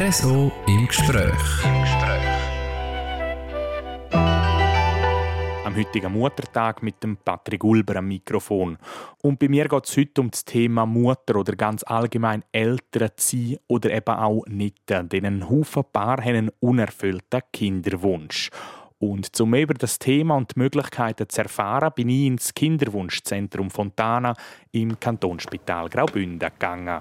Reso im Gespräch. Am heutigen Muttertag mit dem Patrick Ulber am Mikrofon. Und bei mir geht es heute um das Thema Mutter oder ganz allgemein Eltern sein oder eben auch nicht. Denn ein Haufen Paare haben einen unerfüllten Kinderwunsch. Und um über das Thema und die Möglichkeiten zu erfahren, bin ich ins Kinderwunschzentrum Fontana im Kantonsspital Graubünden gegangen.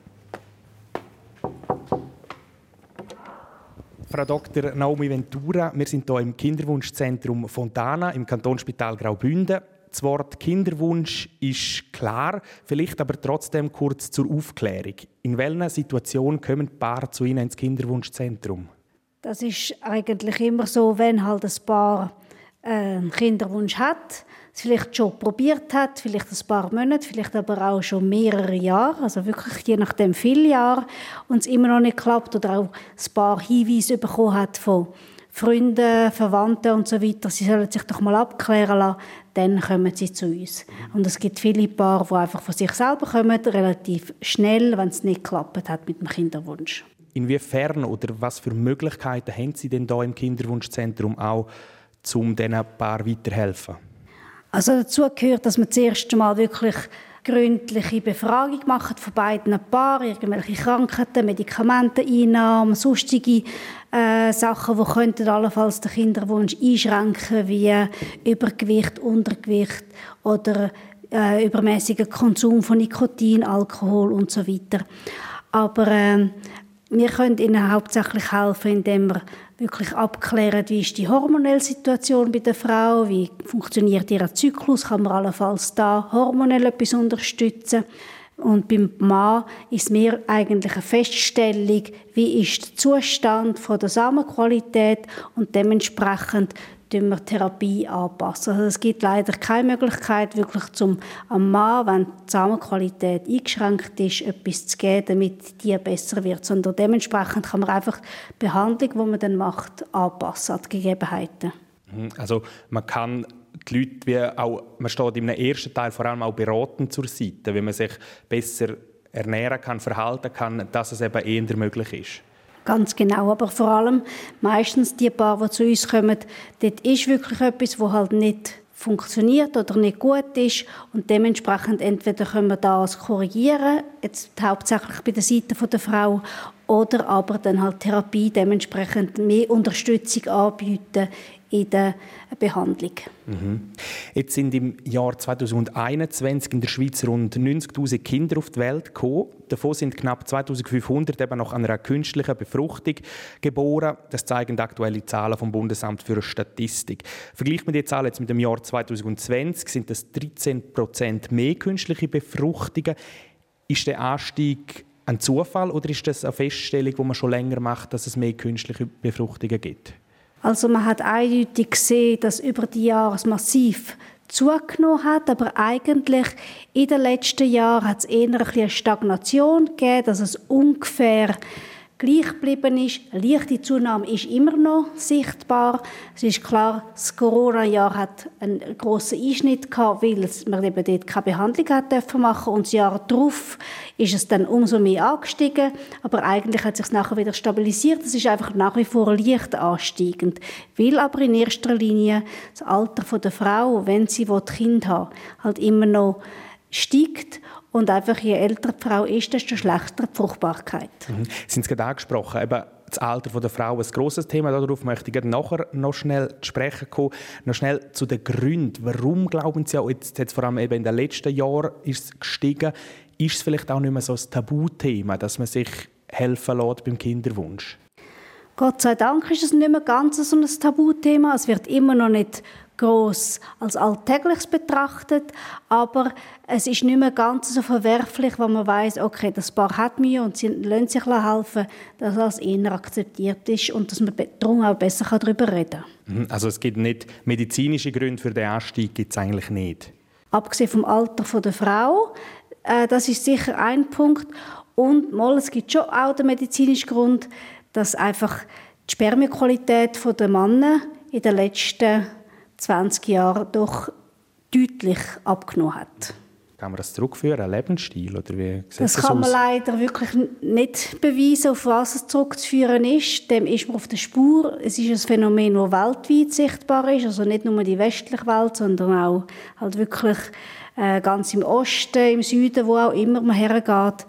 Frau Dr. Naomi Ventura, wir sind hier im Kinderwunschzentrum Fontana im Kantonsspital Graubünden. Das Wort Kinderwunsch ist klar, vielleicht aber trotzdem kurz zur Aufklärung. In welcher Situation kommen die Paare zu Ihnen ins Kinderwunschzentrum? Das ist eigentlich immer so, wenn halt ein Paar einen Kinderwunsch hat, es vielleicht schon probiert hat, vielleicht ein paar Monate, vielleicht aber auch schon mehrere Jahre, also wirklich je nachdem viele Jahre, und es immer noch nicht klappt oder auch ein paar Hinweise bekommen hat von Freunden, Verwandten und so weiter, sie sollen sich doch mal abklären lassen, dann kommen sie zu uns. Und es gibt viele Paare, die einfach von sich selber kommen, relativ schnell, wenn es nicht geklappt hat mit dem Kinderwunsch. Inwiefern oder was für Möglichkeiten haben Sie denn hier im Kinderwunschzentrum auch, um diesen Paaren weiterhelfen? Also dazu gehört, dass man zuerst einmal wirklich gründliche Befragung macht von beiden Paaren, irgendwelche Krankheiten, Medikamenteneinnahmen, sonstige Sachen, die könnten allenfalls den Kinderwunsch einschränken, wie Übergewicht, Untergewicht oder übermäßiger Konsum von Nikotin, Alkohol und so weiter. Aber wir können ihnen hauptsächlich helfen, indem wir wirklich abklären, wie ist die hormonelle Situation bei der Frau, wie funktioniert ihr Zyklus, kann man allenfalls da hormonell etwas unterstützen. Und beim Mann ist mir eigentlich eine Feststellung, wie ist der Zustand von der Samenqualität, und dementsprechend wir Therapie anpassen. Also es gibt leider keine Möglichkeit, wirklich am Mann, wenn die Samenqualität eingeschränkt ist, etwas zu geben, damit die besser wird. Sondern dementsprechend kann man einfach die Behandlung, die man dann macht, anpassen an die Gegebenheiten. Also man kann die Leute, wie auch, man steht im ersten Teil vor allem auch beratend zur Seite, wenn man sich besser ernähren kann, verhalten kann, dass es eben eher möglich ist. Ganz genau, aber vor allem meistens die Paare, die zu uns kommen, dort ist wirklich etwas, das halt nicht funktioniert oder nicht gut ist, und dementsprechend entweder können wir das korrigieren, jetzt hauptsächlich bei der Seite der Frau, oder aber dann halt Therapie, dementsprechend mehr Unterstützung anbieten in der Behandlung. Jetzt sind im Jahr 2021 in der Schweiz rund 90'000 Kinder auf die Welt gekommen. Davon sind knapp 2'500 eben nach einer künstlichen Befruchtung geboren. Das zeigen aktuelle Zahlen vom Bundesamt für Statistik. Vergleicht man die Zahlen jetzt mit dem Jahr 2020, sind das 13% mehr künstliche Befruchtungen. Ist der Anstieg ein Zufall oder ist das eine Feststellung, die man schon länger macht, dass es mehr künstliche Befruchtungen gibt? Also man hat eindeutig gesehen, dass über die Jahre es massiv zugenommen hat, aber eigentlich in den letzten Jahren hat es eher eine Stagnation gegeben, dass es ungefähr gleich geblieben ist. Eine leichte Zunahme ist immer noch sichtbar. Es ist klar, das Corona-Jahr hat einen grossen Einschnitt gehabt, weil man eben dort keine Behandlung machen durfte. Und das Jahr darauf ist es dann umso mehr angestiegen. Aber eigentlich hat es sich nachher wieder stabilisiert. Es ist einfach nach wie vor leicht ansteigend. Weil aber in erster Linie das Alter der Frau, wenn sie Kind haben will, halt immer noch steigt. Und einfach, je älter die Frau ist, desto schlechter die Fruchtbarkeit. Sie haben es gerade angesprochen, eben das Alter der Frau ein grosses Thema. Darauf möchte ich nachher noch schnell zu sprechen kommen. Noch schnell zu den Gründen. Warum glauben Sie, jetzt vor allem eben in den letzten Jahren ist es gestiegen, ist es vielleicht auch nicht mehr so ein Tabuthema, dass man sich helfen lässt beim Kinderwunsch? Gott sei Dank ist es nicht mehr ganz so ein Tabuthema. Es wird immer noch nicht gross als Alltägliches betrachtet, aber es ist nicht mehr ganz so verwerflich, wenn man weiss, okay, das Paar hat Mühe und sie lassen sich helfen, dass das eher akzeptiert ist und dass man darum auch besser darüber reden kann. Also es gibt nicht medizinische Gründe für den Anstieg, gibt es eigentlich nicht? Abgesehen vom Alter der Frau, das ist sicher ein Punkt. Und es gibt schon auch den medizinischen Grund, dass einfach die Spermienqualität der Männer in den letzten 20 Jahren doch deutlich abgenommen hat. Kann man das zurückführen, einen Lebensstil? Oder wie sieht das kann man aus? leider wirklich nicht beweisen, auf was es zurückzuführen ist. Dem ist man auf der Spur. Es ist ein Phänomen, das weltweit sichtbar ist, also nicht nur die westliche Welt, sondern auch halt wirklich ganz im Osten, im Süden, wo auch immer man hergeht.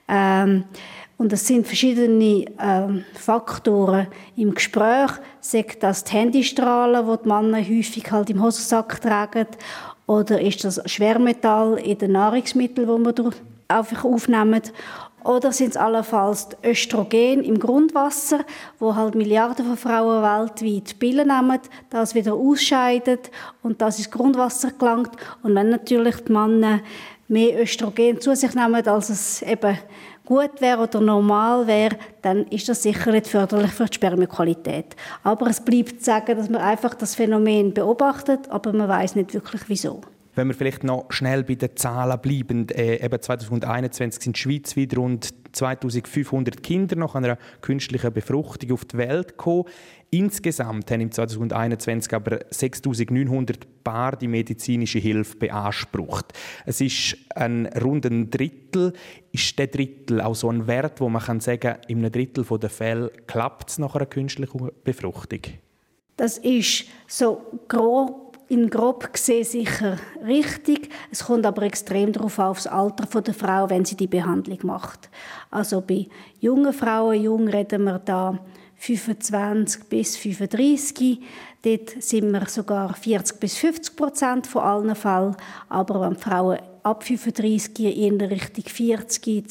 Und es sind verschiedene Faktoren im Gespräch, sei das die Handystrahlen, die die Männer häufig halt im Hosensack tragen, oder ist das Schwermetall in den Nahrungsmitteln, die man einfach aufnehmen, oder sind es allenfalls die Östrogen im Grundwasser, wo halt Milliarden von Frauen weltweit Pillen nehmen, das wieder ausscheiden und das ins Grundwasser gelangt. Und wenn natürlich die Männer mehr Östrogen zu sich nehmen, als es eben gut wäre oder normal wäre, dann ist das sicher nicht förderlich für die Spermienqualität. Aber es bleibt zu sagen, dass man einfach das Phänomen beobachtet, aber man weiß nicht wirklich, wieso. Wenn wir vielleicht noch schnell bei den Zahlen bleiben, eben 2021 sind in der Schweiz wieder rund 2500 Kinder nach einer künstlichen Befruchtung auf die Welt gekommen. Insgesamt haben im 2021 aber 6900 Paar die medizinische Hilfe beansprucht. Es ist rund ein Drittel. Ist der Drittel auch so ein Wert, wo man kann sagen, in einem Drittel der Fälle klappt es nach einer künstlichen Befruchtung? Das ist so grob gesehen sicher richtig. Es kommt aber extrem darauf auf das Alter der Frau, wenn sie die Behandlung macht. Also bei jungen Frauen, jung reden wir da 25 bis 35. Dort sind wir sogar 40 bis 50% von allen Fällen. Aber wenn die Frauen ab 35 in Richtung 40,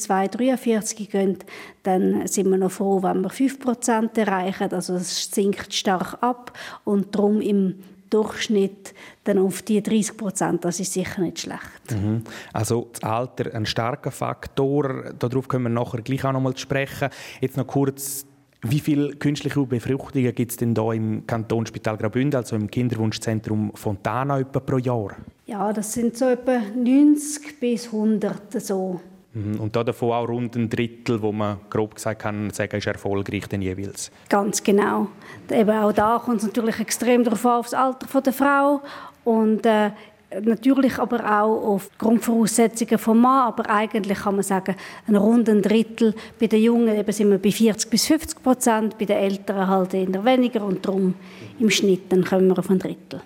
43 gehen, dann sind wir noch froh, wenn wir 5% erreichen. Also es sinkt stark ab und darum im Durchschnitt dann auf die 30%, das ist sicher nicht schlecht. Mhm. Also das Alter ein starker Faktor, darauf können wir nachher gleich auch noch mal sprechen. Jetzt noch kurz, wie viele künstliche Befruchtungen gibt es denn da im Kantonsspital Graubünden, also im Kinderwunschzentrum Fontana pro Jahr? Ja, das sind so etwa 90 bis 100 so. Und davon auch rund ein Drittel, wo man grob gesagt kann sagen, ist erfolgreich denn jeweils. Ganz genau. Eben auch da kommt es natürlich extrem darauf an, auf das Alter der Frau und natürlich aber auch auf die Grundvoraussetzungen vom Mann. Aber eigentlich kann man sagen, rund ein Drittel. Bei den Jungen eben sind wir bei 40 bis 50%, bei den Älteren halt eher weniger und darum im Schnitt dann kommen wir auf ein Drittel.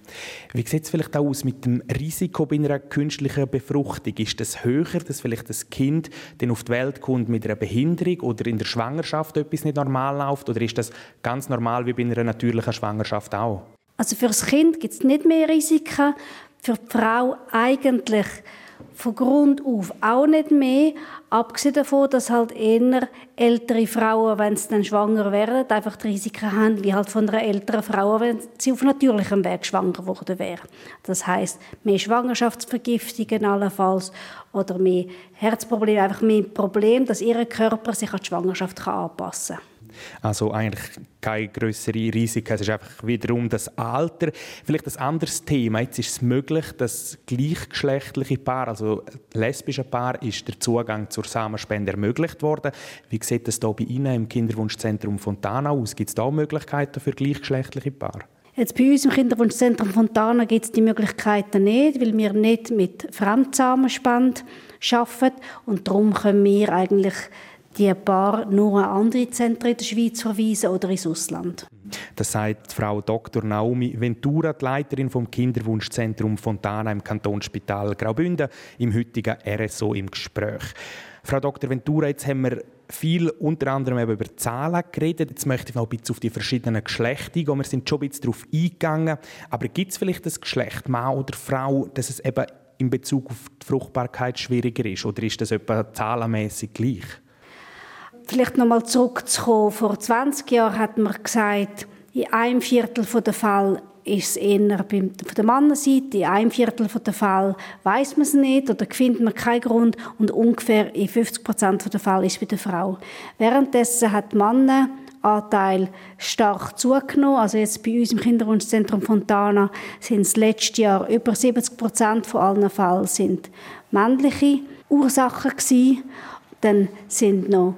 Wie sieht es vielleicht auch aus mit dem Risiko bei einer künstlichen Befruchtung? Ist das höher, dass vielleicht das Kind dann auf die Welt kommt mit einer Behinderung oder in der Schwangerschaft etwas nicht normal läuft? Oder ist das ganz normal wie bei einer natürlichen Schwangerschaft auch? Also für das Kind gibt es nicht mehr Risiken. Für die Frau eigentlich von Grund auf auch nicht mehr. Abgesehen davon, dass halt eher ältere Frauen, wenn sie dann schwanger werden, einfach die Risiken haben, wie halt von einer älteren Frau, wenn sie auf natürlichem Weg schwanger geworden wäre. Das heisst, mehr Schwangerschaftsvergiftungen allenfalls oder mehr Herzprobleme, einfach mehr Problem, dass ihr Körper sich an die Schwangerschaft anpassen kann. Also eigentlich keine grössere Risiken, es ist einfach wiederum das Alter. Vielleicht ein anderes Thema. Jetzt ist es möglich, dass gleichgeschlechtliche Paare, also lesbische Paare, ist der Zugang zur Samenspende ermöglicht worden. Wie sieht es da bei Ihnen im Kinderwunschzentrum Fontana aus? Gibt es da Möglichkeiten für gleichgeschlechtliche Paare? Jetzt bei uns im Kinderwunschzentrum Fontana gibt es die Möglichkeiten nicht, weil wir nicht mit Fremdsamenspende arbeiten und darum können wir eigentlich die Paar nur an andere Zentren in der Schweiz verweisen oder ins Ausland. Das sagt Frau Dr. Naomi Ventura, die Leiterin vom Kinderwunschzentrum Fontana im Kantonsspital Graubünden, im heutigen RSO im Gespräch. Frau Dr. Ventura, jetzt haben wir viel unter anderem über Zahlen geredet. Jetzt möchte ich noch ein bisschen auf die verschiedenen Geschlechter eingehen. Wir sind schon ein bisschen darauf eingegangen. Aber gibt es vielleicht das Geschlecht, Mann oder Frau, dass es eben in Bezug auf die Fruchtbarkeit schwieriger ist? Oder ist das etwa zahlenmässig gleich? Vielleicht noch mal zurückzukommen. Vor 20 Jahren hat man gesagt, in einem Viertel der Fälle ist es eher von der Mannenseite, in einem Viertel der Fälle weiss man es nicht oder findet man keinen Grund und ungefähr in 50% der Fälle ist es bei der Frau. Währenddessen hat der Mannenanteil stark zugenommen. Also jetzt bei uns im Kinderwunschzentrum Fontana sind es letztes Jahr über 70% von allen Fällen sind männliche Ursachen gewesen. Dann sind noch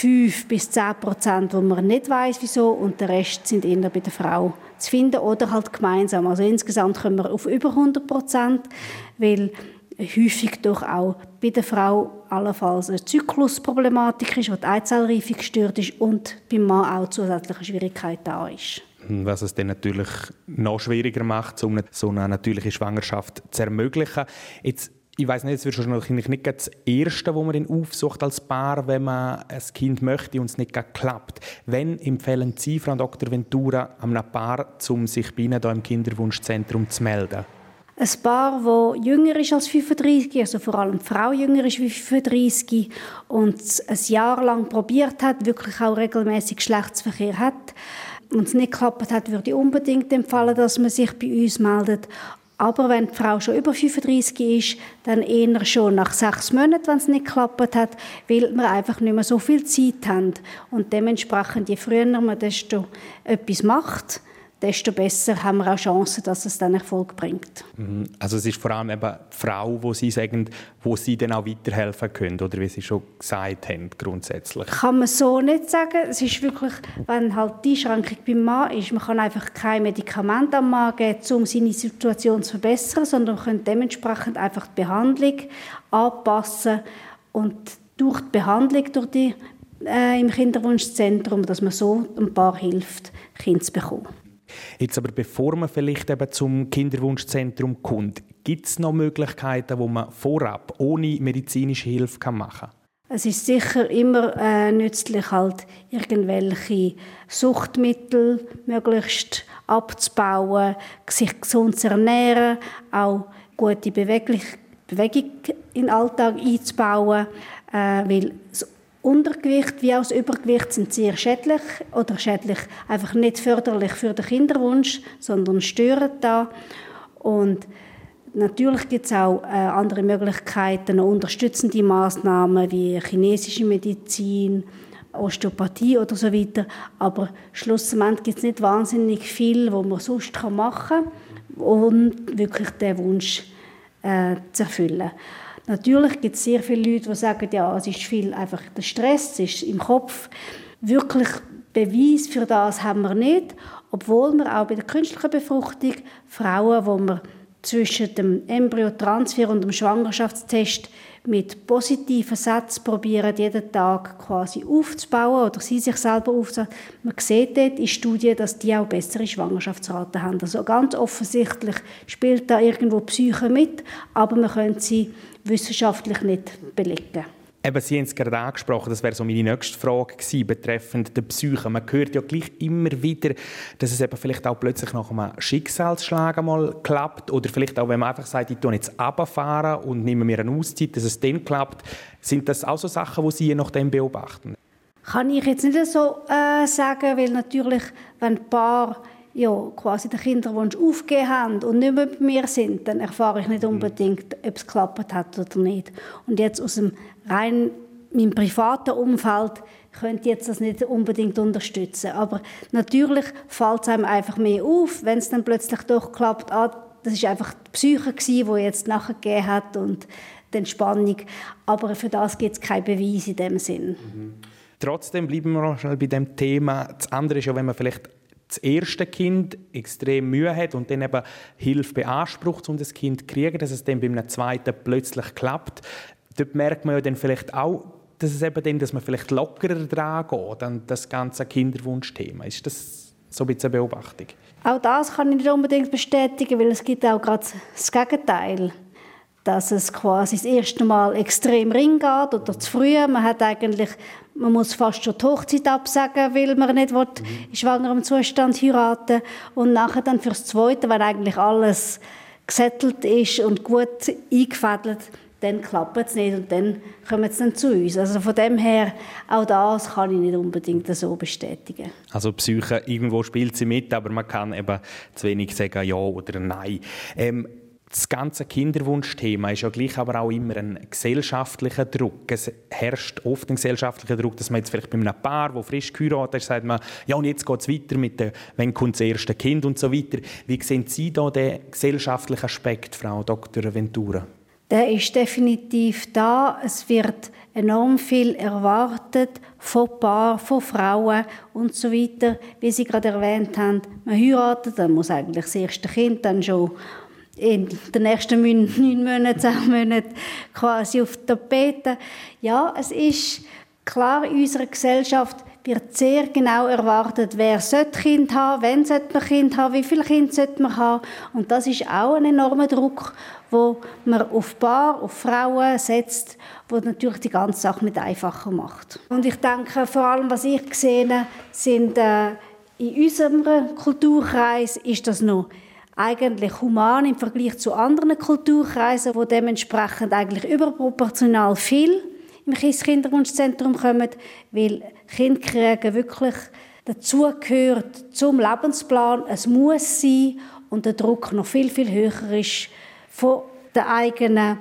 5 bis 10%, wo man nicht weiss, wieso, und der Rest sind eher bei der Frau zu finden oder halt gemeinsam. Also insgesamt kommen wir auf über 100%, weil häufig doch auch bei der Frau allenfalls eine Zyklusproblematik ist, wo die Eizellreife gestört ist und beim Mann auch zusätzliche Schwierigkeit da ist. Was es dann natürlich noch schwieriger macht, um so eine natürliche Schwangerschaft zu ermöglichen. Jetzt, ich weiss nicht, es wird wahrscheinlich nicht das Erste, wo man den aufsucht als Paar, wenn man ein Kind möchte und es nicht klappt. Wann empfehlen Sie, Frau Dr. Ventura, einem Paar, um sich bei Ihnen hier im Kinderwunschzentrum zu melden? Ein Paar, das jünger ist als 35, also vor allem die Frau jünger ist als 35 und ein Jahr lang probiert hat, wirklich auch regelmäßig Geschlechtsverkehr hat und es nicht geklappt hat, würde ich unbedingt empfehlen, dass man sich bei uns meldet. Aber wenn die Frau schon über 35 ist, dann eher schon nach 6 Monaten, wenn es nicht geklappt hat, weil wir einfach nicht mehr so viel Zeit haben. Und dementsprechend, je früher man desto etwas macht, desto besser haben wir auch Chancen, dass es dann Erfolg bringt. Also es ist vor allem eben die Frau, wo Sie sagen, wo Sie dann auch weiterhelfen können, oder wie Sie schon gesagt haben, grundsätzlich? Kann man so nicht sagen. Es ist wirklich, wenn halt die Einschränkung beim Mann ist, man kann einfach kein Medikament am Mann geben, um seine Situation zu verbessern, sondern man kann dementsprechend einfach die Behandlung anpassen und durch die Behandlung im Kinderwunschzentrum, dass man so ein Paar hilft, Kinder zu bekommen. Jetzt aber, bevor man vielleicht eben zum Kinderwunschzentrum kommt, gibt es noch Möglichkeiten, wo man vorab ohne medizinische Hilfe machen kann? Es ist sicher immer nützlich, halt irgendwelche Suchtmittel möglichst abzubauen, sich gesund zu ernähren, auch gute Bewegung in den Alltag einzubauen, weil Untergewicht wie auch das Übergewicht sind sehr schädlich einfach nicht förderlich für den Kinderwunsch, sondern stören da. Und natürlich gibt es auch andere Möglichkeiten, unterstützende Massnahmen wie chinesische Medizin, Osteopathie oder so weiter. Aber schlussendlich gibt es nicht wahnsinnig viel, was man sonst machen kann, um wirklich den Wunsch zu erfüllen. Natürlich gibt es sehr viele Leute, die sagen, ja, es ist viel einfach der Stress, es ist im Kopf. Wirklich Beweis für das haben wir nicht, obwohl wir auch bei der künstlichen Befruchtung Frauen, wo wir zwischen dem Embryotransfer und dem Schwangerschaftstest mit positiven Sätzen probieren, jeden Tag quasi aufzubauen oder sie sich selber aufzubauen. Man sieht dort in Studien, dass die auch bessere Schwangerschaftsraten haben. Also ganz offensichtlich spielt da irgendwo Psyche mit, aber man könnte sie wissenschaftlich nicht belegen. Eben, Sie haben es gerade angesprochen, das wäre so meine nächste Frage gewesen, betreffend der Psyche. Man hört ja gleich immer wieder, dass es eben vielleicht auch plötzlich nach einem Schicksalsschlag einmal klappt oder vielleicht auch, wenn man einfach sagt, ich tue jetzt runterfahren und nehme mir eine Auszeit, dass es dann klappt. Sind das auch so Sachen, die Sie nach dem beobachten? Kann ich jetzt nicht so sagen, weil natürlich, wenn ein Paar quasi den Kinderwunsch aufgegeben haben und nicht mehr bei mir sind, dann erfahre ich nicht unbedingt, ob es geklappt hat oder nicht. Und jetzt aus dem meinem privaten Umfeld könnte ich jetzt das nicht unbedingt unterstützen. Aber natürlich fällt es einem einfach mehr auf, wenn es dann plötzlich doch klappt. Das war einfach die Psyche, die jetzt nachgegeben hat und die Entspannung. Aber für das gibt es keinen Beweis in dem Sinn. Trotzdem bleiben wir noch schnell bei dem Thema. Das andere ist ja, wenn man vielleicht das erste Kind extrem Mühe hat und dann eben Hilfe beansprucht, um das Kind zu kriegen, dass es dann beim zweiten plötzlich klappt. Dort merkt man ja dann vielleicht auch, dass es eben dann, dass man vielleicht lockerer dran geht an das ganze Kinderwunschthema. Ist das so ein bisschen eine Beobachtung? Auch das kann ich nicht unbedingt bestätigen, weil es gibt auch gerade das Gegenteil. Dass es quasi das erste Mal extrem ring geht oder zu früh. Man muss fast schon die Hochzeit absagen, weil man nicht in schwangerem Zustand heiraten will. Und nachher dann fürs Zweite, wenn eigentlich alles gesettelt ist und gut eingefädelt, dann klappt es nicht und dann kommen sie dann zu uns. Also von dem her, auch das kann ich nicht unbedingt so bestätigen. Also Psyche, irgendwo spielt sie mit, aber man kann eben zu wenig sagen ja oder nein. Das ganze Kinderwunschthema ist ja gleich aber auch immer ein gesellschaftlicher Druck. Es herrscht oft ein gesellschaftlicher Druck, dass man jetzt vielleicht bei einem Paar, das frisch geheiratet ist, sagt man, ja und jetzt geht es weiter mit wenn kommt das erste Kind und so weiter. Wie sehen Sie da den gesellschaftlichen Aspekt, Frau Dr. Ventura? Der ist definitiv da. Es wird enorm viel erwartet von Paaren, von Frauen und so weiter. Wie Sie gerade erwähnt haben, man heiratet, dann muss eigentlich das erste Kind dann schon in den nächsten 9 Monaten, 10 Monaten quasi auf die Tapete. Ja, es ist klar, in unserer Gesellschaft wird sehr genau erwartet, wer sollte Kind haben, wann sollte man Kind haben, wie viele Kinder sollte man haben. Und das ist auch ein enormer Druck, wo man auf Paare, auf Frauen setzt, wo natürlich die ganze Sache nicht einfacher macht. Und ich denke, vor allem, was ich sehe, sind in unserem Kulturkreis ist das noch eigentlich human im Vergleich zu anderen Kulturkreisen, wo dementsprechend eigentlich überproportional viel im Kinderwunschzentrum kommen, weil Kindkriegen wirklich dazugehört zum Lebensplan. Es muss sein und der Druck noch viel, viel höher ist von der eigenen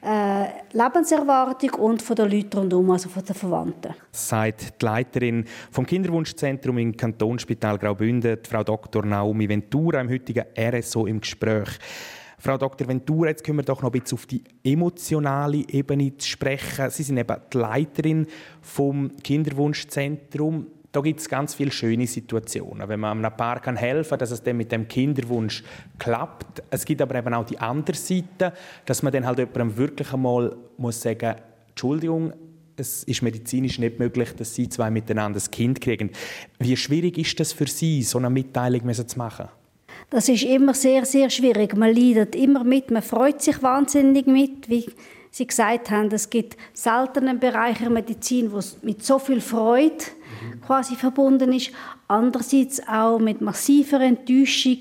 Lebenserwartung und von den Leuten rundherum, also von den Verwandten. Sagt die Leiterin vom Kinderwunschzentrum im Kantonsspital Graubünden, Frau Dr. Naomi Ventura, im heutigen RSO im Gespräch. Frau Dr. Ventura, jetzt können wir doch noch ein bisschen auf die emotionale Ebene sprechen. Sie sind eben die Leiterin vom Kinderwunschzentrum. Da gibt es ganz viele schöne Situationen, wenn man einem Paar helfen kann, dass es dann mit dem Kinderwunsch klappt. Es gibt aber eben auch die andere Seite, dass man dann halt jemandem wirklich einmal muss sagen, Entschuldigung, es ist medizinisch nicht möglich, dass Sie zwei miteinander ein Kind kriegen. Wie schwierig ist das für Sie, so eine Mitteilung zu machen? Das ist immer sehr, sehr schwierig. Man leidet immer mit, man freut sich wahnsinnig mit, wie Sie gesagt haben, es gibt selten einen Bereich der Medizin, wo es mit so viel Freude quasi verbunden ist. Andererseits auch mit massiver Enttäuschung.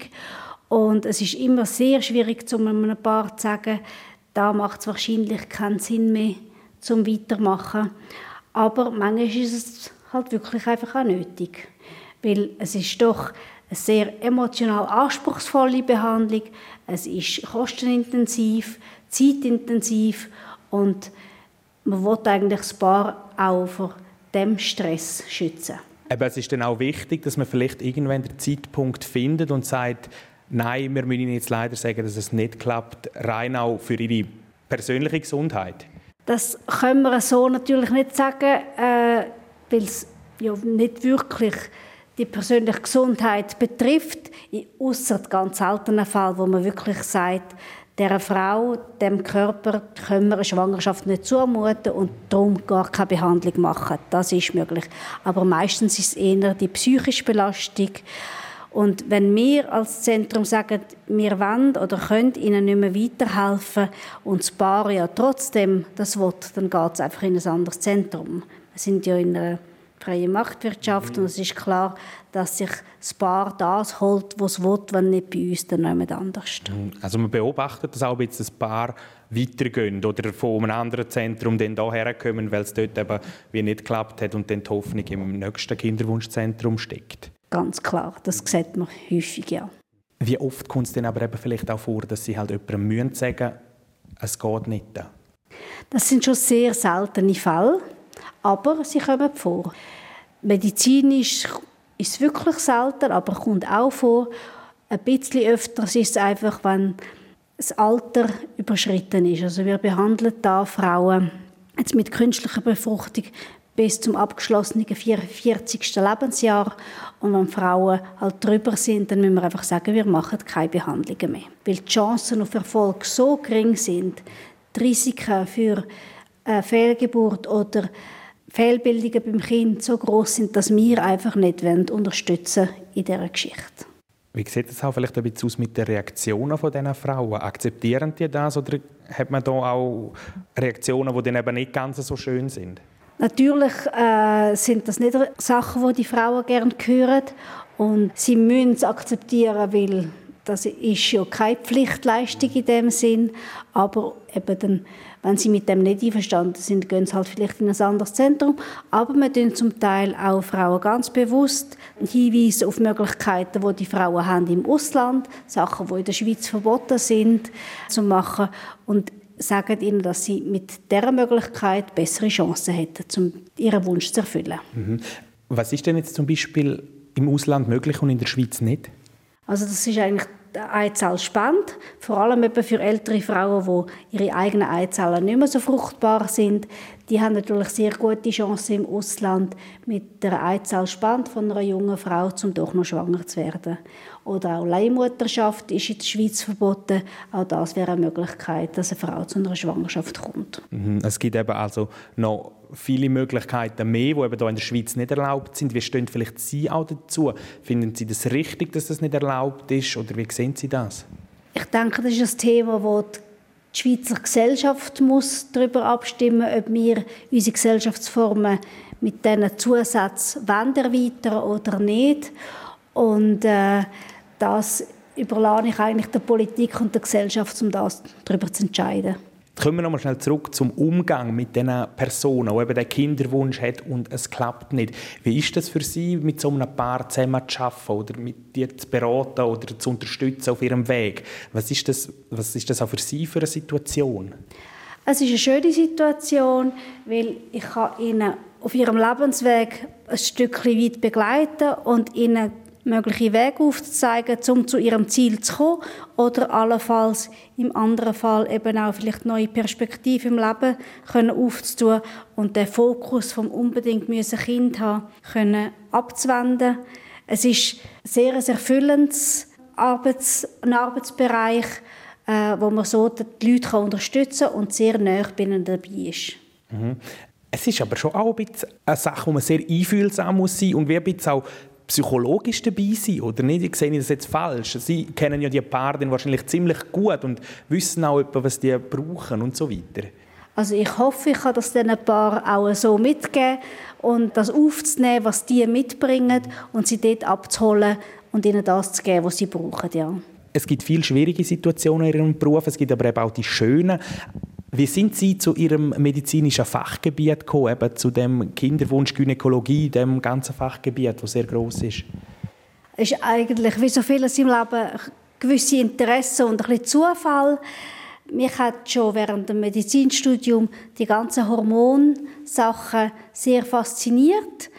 Und es ist immer sehr schwierig, einem Paar zu sagen, da macht es wahrscheinlich keinen Sinn mehr, zum Weitermachen. Aber manchmal ist es halt wirklich einfach auch nötig. Weil es ist doch eine sehr emotional anspruchsvolle Behandlung. Es ist kostenintensiv, zeitintensiv und man will eigentlich das Paar auch vor dem Stress schützen. Aber es ist dann auch wichtig, dass man vielleicht irgendwann den Zeitpunkt findet und sagt, nein, wir müssen Ihnen jetzt leider sagen, dass es nicht klappt, rein auch für Ihre persönliche Gesundheit. Das können wir so natürlich nicht sagen, weil es ja nicht wirklich die persönliche Gesundheit betrifft, ausser ganz seltenen Fall, wo man wirklich sagt, dieser Frau, dem Körper können wir eine Schwangerschaft nicht zumuten und darum gar keine Behandlung machen. Das ist möglich. Aber meistens ist es eher die psychische Belastung. Und wenn wir als Zentrum sagen, wir wollen oder können ihnen nicht mehr weiterhelfen und das Paar ja trotzdem das will, dann geht es einfach in ein anderes Zentrum. Wir sind ja in einer freien Marktwirtschaft und es ist klar, dass sich das Paar das holt, was es will, wenn nicht bei uns, dann jemand anders. Also man beobachtet, dass auch ein bisschen das Paar weitergehen oder von einem anderen Zentrum dann hierher kommen, weil es dort eben wie nicht geklappt hat und dann die Hoffnung im nächsten Kinderwunschzentrum steckt. Ganz klar, das sieht man häufig, ja. Wie oft kommt es dann aber eben vielleicht auch vor, dass Sie halt jemandem sagen müssen, es geht nicht? Das sind schon sehr seltene Fälle, aber sie kommen vor. Medizinisch ist es wirklich selten, aber kommt auch vor. Ein bisschen öfter ist es einfach, wenn das Alter überschritten ist. Also wir behandeln da Frauen jetzt mit künstlicher Befruchtung bis zum abgeschlossenen 44. Lebensjahr. Und wenn Frauen halt drüber sind, dann müssen wir einfach sagen, wir machen keine Behandlungen mehr. Weil die Chancen auf Erfolg so gering sind, die Risiken für Fehlgeburt oder Fehlbildungen beim Kind so groß sind, dass wir einfach nicht unterstützen in dieser Geschichte. Wie sieht es auch vielleicht ein bisschen aus mit den Reaktionen von diesen Frauen? Akzeptieren die das oder hat man da auch Reaktionen, die dann eben nicht ganz so schön sind? Natürlich sind das nicht Sachen, die Frauen gerne hören. Und sie müssen es akzeptieren, weil das ist ja keine Pflichtleistung in dem Sinn. Aber eben dann, wenn sie mit dem nicht einverstanden sind, gehen sie halt vielleicht in ein anderes Zentrum. Aber wir tun zum Teil auch Frauen ganz bewusst hinweisen auf Möglichkeiten, die die Frauen haben im Ausland, Sachen, die in der Schweiz verboten sind, zu machen. Und sagen ihnen, dass sie mit dieser Möglichkeit bessere Chancen hätten, um ihren Wunsch zu erfüllen. Was ist denn jetzt zum Beispiel im Ausland möglich und in der Schweiz nicht? Also das ist eigentlich die Eizellspende, vor allem eben für ältere Frauen, wo ihre eigenen Eizellen nicht mehr so fruchtbar sind. Die haben natürlich sehr gute Chancen im Ausland mit der Eizellspende von einer jungen Frau, um doch noch schwanger zu werden. Oder auch Leihmutterschaft ist in der Schweiz verboten. Auch das wäre eine Möglichkeit, dass eine Frau zu einer Schwangerschaft kommt. Es gibt eben also noch viele Möglichkeiten mehr, die eben hier in der Schweiz nicht erlaubt sind. Wie stehen vielleicht Sie auch dazu? Finden Sie das richtig, dass das nicht erlaubt ist? Oder wie sehen Sie das? Ich denke, das ist ein Thema, wo die Schweizer Gesellschaft muss darüber abstimmen, ob wir unsere Gesellschaftsformen mit diesen Zusätzen erweitern oder nicht. Und das überlasse ich eigentlich der Politik und der Gesellschaft, um darüber zu entscheiden. Kommen wir nochmal schnell zurück zum Umgang mit den Personen, die eben den Kinderwunsch haben und es klappt nicht. Wie ist das für Sie, mit so einem Paar zusammen zu arbeiten oder mit dir zu beraten oder zu unterstützen auf Ihrem Weg? Was ist das auch für Sie für eine Situation? Es ist eine schöne Situation, weil ich kann Ihnen auf Ihrem Lebensweg ein Stückchen weit begleiten und Ihnen mögliche Wege aufzuzeigen, um zu ihrem Ziel zu kommen oder allenfalls im anderen Fall eben auch vielleicht neue Perspektiven im Leben können aufzutun und den Fokus vom unbedingt Kind haben können abzuwenden. Es ist sehr ein erfüllendes Arbeitsbereich, wo man so die Leute unterstützen kann und sehr nahe bei ihnen dabei ist. Mhm. Es ist aber schon auch ein bisschen eine Sache, wo man sehr einfühlsam muss sein und wie ein bisschen auch psychologisch dabei sein, oder nicht? Ich sehe das jetzt falsch. Sie kennen ja die Paare wahrscheinlich ziemlich gut und wissen auch, was die brauchen und so weiter. Also ich hoffe, ich kann das diesen Paaren auch so mitgeben und das aufzunehmen, was die mitbringen und sie dort abzuholen und ihnen das zu geben, was sie brauchen. Ja. Es gibt viele schwierige Situationen in Ihrem Beruf, es gibt aber eben auch die schönen. Wie sind Sie zu Ihrem medizinischen Fachgebiet gekommen, eben zu dem Kinderwunsch, Gynäkologie, dem ganzen Fachgebiet, das sehr gross ist? Es ist eigentlich, wie so vieles im Leben, gewisse Interessen und ein bisschen Zufall. Mich hat schon während dem Medizinstudium die ganzen Hormonsachen sehr fasziniert.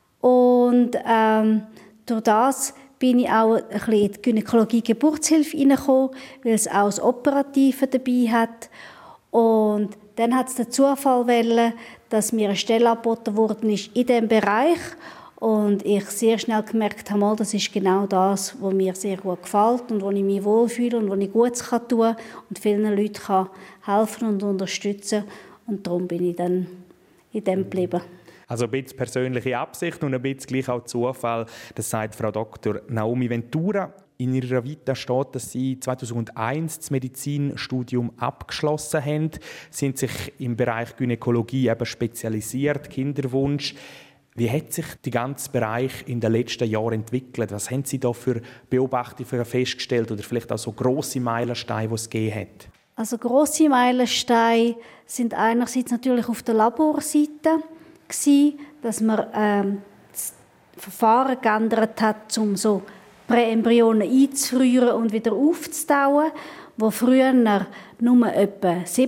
Und durch das bin ich auch ein bisschen in die Gynäkologie-Geburtshilfe hineingekommen, weil es auch das Operative dabei hat. Und dann hat es den Zufall gewählt, dass mir eine Stelle angeboten worden ist in diesem Bereich. Und ich sehr schnell gemerkt habe, das ist genau das, was mir sehr gut gefällt und wo ich mich wohlfühle und wo ich Gutes tun kann und vielen Leuten helfen und unterstützen. Und darum bin ich dann in dem geblieben. Also ein bisschen persönliche Absicht und ein bisschen gleich auch Zufall. Das sagt Frau Dr. Naomi Ventura. In ihrer Vita steht, dass sie 2001 das Medizinstudium abgeschlossen haben. Sie haben sich im Bereich Gynäkologie eben spezialisiert, Kinderwunsch. Wie hat sich der ganze Bereich in den letzten Jahren entwickelt? Was haben Sie da für Beobachtungen festgestellt oder vielleicht auch so grosse Meilensteine, die es gegeben hat? Also grosse Meilensteine sind einerseits natürlich auf der Laborseite gewesen, dass man das Verfahren geändert hat, um so Präembryonen einzufrieren und wieder aufzutauen, wo früher nur etwa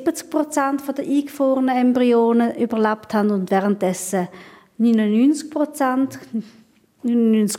70% der eingefrorenen Embryonen überlebt haben und währenddessen 99%, 99,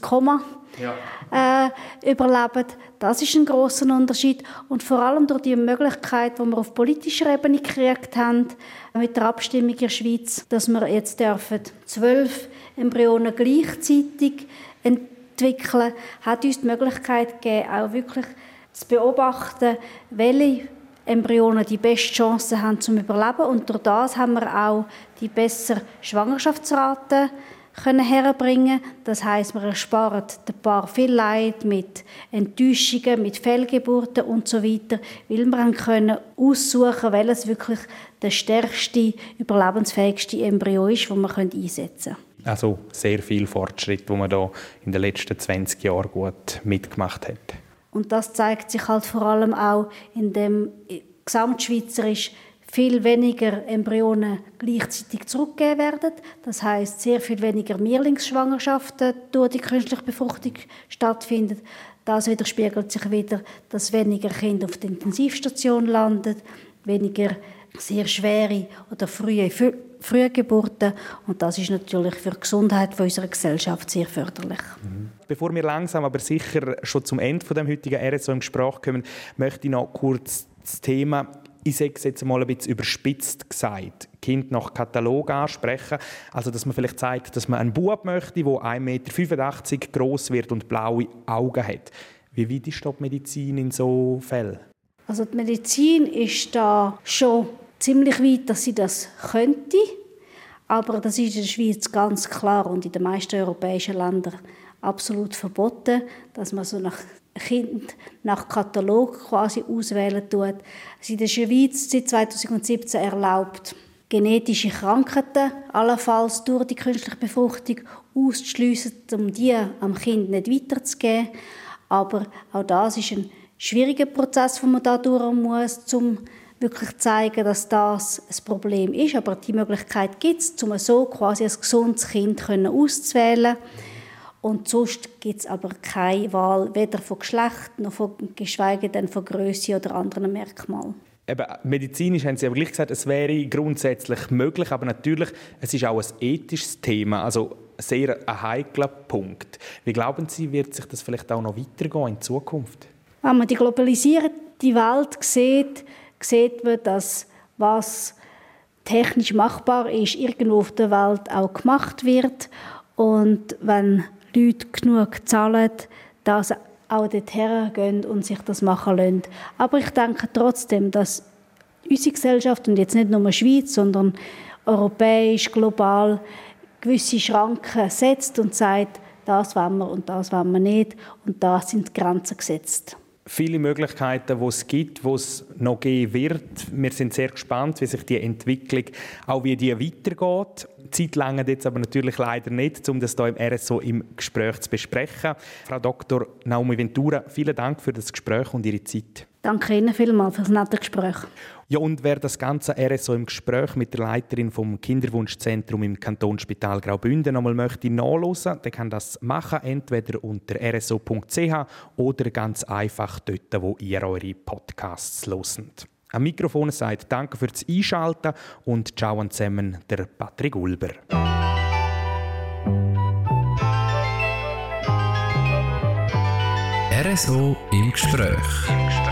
überleben. Das ist ein grosser Unterschied. Und vor allem durch die Möglichkeit, die wir auf politischer Ebene gekriegt haben, mit der Abstimmung in der Schweiz, dass wir jetzt 12 Embryonen gleichzeitig entwickeln, hat uns die Möglichkeit gegeben, auch wirklich zu beobachten, welche Embryonen die beste Chance haben zum Überleben. Und durch das haben wir auch die bessere Schwangerschaftsrate herbringen. Das heisst, wir ersparen den Paar viel Leid mit Enttäuschungen, mit Fehlgeburten und so weiter, weil wir können aussuchen, welches wirklich der stärkste, überlebensfähigste Embryo ist, den wir einsetzen können. Also sehr viel Fortschritt, den man da in den letzten 20 Jahren gut mitgemacht hat. Und das zeigt sich halt vor allem auch, indem gesamtschweizerisch viel weniger Embryonen gleichzeitig zurückgegeben werden. Das heisst, sehr viel weniger Mehrlingsschwangerschaften durch die künstliche Befruchtung stattfinden. Das widerspiegelt sich wieder, dass weniger Kinder auf der Intensivstation landen, weniger sehr schwere oder frühe Geburten. Und das ist natürlich für die Gesundheit unserer Gesellschaft sehr förderlich. Bevor wir langsam aber sicher schon zum Ende von dem heutigen RSO im Gespräch kommen, möchte ich noch kurz das Thema, ich sage es jetzt mal ein bisschen überspitzt gesagt, Kind nach Katalog ansprechen. Also, dass man vielleicht sagt, dass man einen Bub möchte, der 1,85 Meter gross wird und blaue Augen hat. Wie weit ist die Medizin in so Fällen? Also die Medizin ist da schon ziemlich weit, dass sie das könnte. Aber das ist in der Schweiz ganz klar und in den meisten europäischen Ländern absolut verboten, dass man so nach Katalog quasi auswählen tut. Es ist in der Schweiz seit 2017 erlaubt, genetische Krankheiten allenfalls durch die künstliche Befruchtung auszuschliessen, um die am Kind nicht weiterzugeben. Aber auch das ist ein schwieriger Prozess, den man da durch muss, um wirklich zu zeigen, dass das ein Problem ist. Aber die Möglichkeit gibt es, um so quasi ein gesundes Kind auszuwählen. Und sonst gibt es aber keine Wahl, weder von Geschlecht noch geschweige denn von Grösse oder anderen Merkmalen. Eben, medizinisch haben Sie aber gleich gesagt, es wäre grundsätzlich möglich, aber natürlich, es ist auch ein ethisches Thema, also sehr ein heikler Punkt. Wie glauben Sie, wird sich das vielleicht auch noch weitergehen in Zukunft? Wenn man die globalisierte Welt sieht man, dass was technisch machbar ist, irgendwo auf der Welt auch gemacht wird. Und wenn Leute genug zahlen, dass auch dorthin gehen und sich das machen lassen. Aber ich denke trotzdem, dass unsere Gesellschaft, und jetzt nicht nur die Schweiz, sondern europäisch, global, gewisse Schranken setzt und sagt, das wollen wir und das wollen wir nicht. Und da sind die Grenzen gesetzt. Viele Möglichkeiten, die es gibt, die es noch geben wird. Wir sind sehr gespannt, wie sich die Entwicklung, auch wie die weitergeht. Die Zeit reicht jetzt aber natürlich leider nicht, um das hier im RSO im Gespräch zu besprechen. Frau Dr. Naomi Ventura, vielen Dank für das Gespräch und Ihre Zeit. Danke Ihnen vielmals für das nette Gespräch. Ja, und wer das ganze RSO im Gespräch mit der Leiterin vom Kinderwunschzentrum im Kantonsspital Graubünden noch einmal möchte nachhören, der kann das machen, entweder unter rso.ch oder ganz einfach dort, wo ihr eure Podcasts hört. Am Mikrofon sagt Danke fürs Einschalten und ciao zusammen, der Patrick Ulber. RSO im Gespräch.